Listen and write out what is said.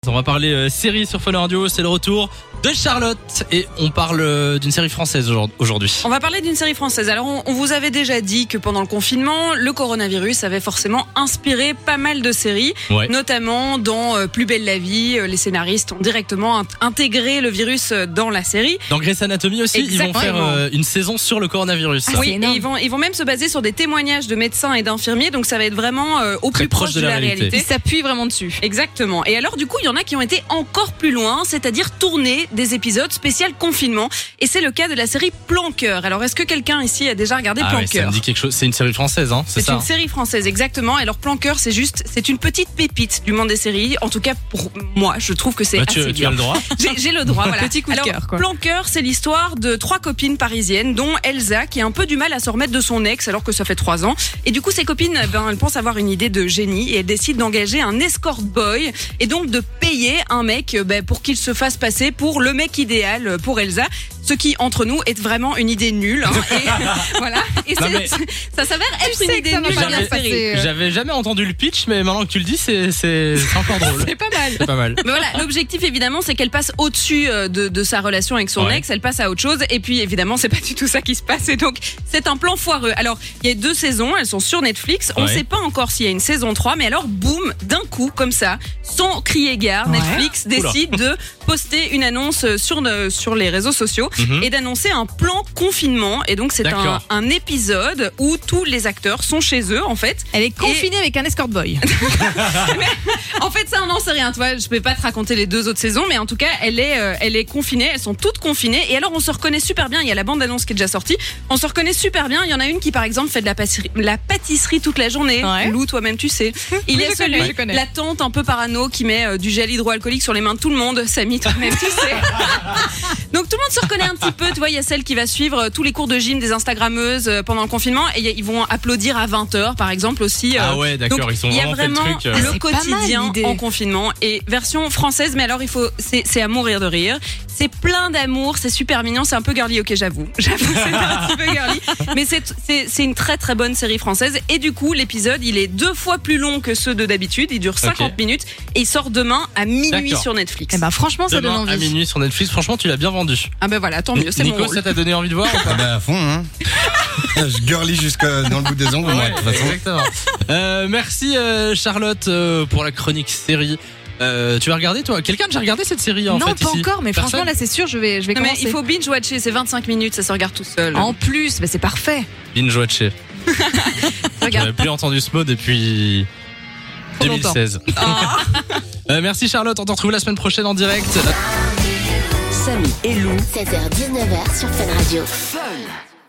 On va parler série sur Fun Radio, c'est le retour de Charlotte et on parle d'une série française aujourd'hui. On va parler d'une série française. Alors on vous avait déjà dit que pendant le confinement, le coronavirus avait forcément inspiré pas mal de séries, notamment dans Plus belle la vie, les scénaristes ont directement intégré le virus dans la série. Dans Grey's Anatomy aussi, ils vont faire une saison sur le coronavirus. Oui, et ils vont même se baser sur des témoignages de médecins et d'infirmiers, donc ça va être vraiment au plus proche de la réalité. Ils s'appuient vraiment dessus. Exactement. Et alors du coup, il y en a qui ont été encore plus loin, c'est-à-dire tourner des épisodes spécial confinement. Et c'est le cas de la série Plan Cœur. Alors est-ce que quelqu'un ici a déjà regardé Plan Cœur ? Ça me dit quelque chose. C'est une série française, hein ? C'est une série française, exactement. Alors Plan Cœur, c'est une petite pépite du monde des séries. En tout cas pour moi, je trouve que c'est assez bien. Tu as le droit. J'ai le droit. Voilà. Petit coup de cœur. Plan Cœur, c'est l'histoire de 3 copines parisiennes, dont Elsa, qui a un peu du mal à se remettre de son ex alors que ça fait 3 ans. Et du coup, ces copines, elles pensent avoir une idée de génie et elles décident d'engager un escort boy et donc de payer un mec pour qu'il se fasse passer pour le mec idéal pour Elsa. Ce qui, entre nous, est vraiment une idée nulle. Hein. Et voilà. Et ça s'avère être une idée nulle. J'avais jamais entendu le pitch, mais maintenant que tu le dis, c'est encore drôle. C'est pas mal. C'est pas mal. Mais voilà, l'objectif, évidemment, c'est qu'elle passe au-dessus de sa relation avec son ex. Elle passe à autre chose. Et puis, évidemment, c'est pas du tout ça qui se passe. Et donc, c'est un plan foireux. Alors, il y a 2 saisons. Elles sont sur Netflix. On sait pas encore s'il y a une saison 3. Mais alors, boum, d'un coup, comme ça, sans crier gare, Netflix décide de poster une annonce sur les réseaux sociaux. Et d'annoncer un plan confinement. Et donc c'est un épisode où tous les acteurs sont chez eux en fait. Elle est confinée avec un escort boy. Mais, en fait ça on n'en sait rien. Tu vois, je peux pas te raconter les 2 autres saisons, mais en tout cas elle est confinée. Elles sont toutes confinées. Et alors on se reconnaît super bien. Il y a la bande annonce qui est déjà sortie. On se reconnaît super bien. Il y en a une qui par exemple fait de la pâtisserie toute la journée. Lou, toi-même tu sais. Il y a celui, la tante un peu parano qui met du gel hydroalcoolique sur les mains de tout le monde. Samy, toi-même tu sais. Donc tout le monde se reconnaît un petit peu, tu vois, il y a celle qui va suivre tous les cours de gym des Instagrammeuses pendant le confinement et ils vont applaudir à 20h par exemple aussi. Ah ouais, d'accord, donc, ils sont vraiment fait le truc. Le quotidien en confinement et version française, mais alors c'est à mourir de rire. C'est plein d'amour, c'est super mignon, c'est un peu girly, ok, j'avoue, c'est un petit peu girly, mais c'est une très très bonne série française et du coup l'épisode il est 2 fois plus long que ceux de d'habitude, il dure 50 minutes et il sort demain à minuit sur Netflix. Et franchement ça donne envie. À minuit sur Netflix, franchement tu l'as bien vendu. Ah voilà, tant mieux, c'est Nico, mon rôle. Ça t'a donné envie de voir ou pas ? Ah bah à fond, hein. Je girly jusqu'à dans le bout des ongles, moi, de toute façon. Exactement. Merci Charlotte pour la chronique série. Tu vas regarder toi ? Quelqu'un a déjà regardé cette série en fait Non, pas ici ? encore, mais franchement là c'est sûr, je vais Non, commencer. mais il faut binge-watcher, c'est 25 minutes, ça se regarde tout seul. En plus, c'est parfait. Binge-watcher. J'avais plus entendu ce mot depuis 2016. Merci Charlotte, on te retrouve la semaine prochaine en direct. Samy et Lou, 16h-19h sur Fun Radio. Fun.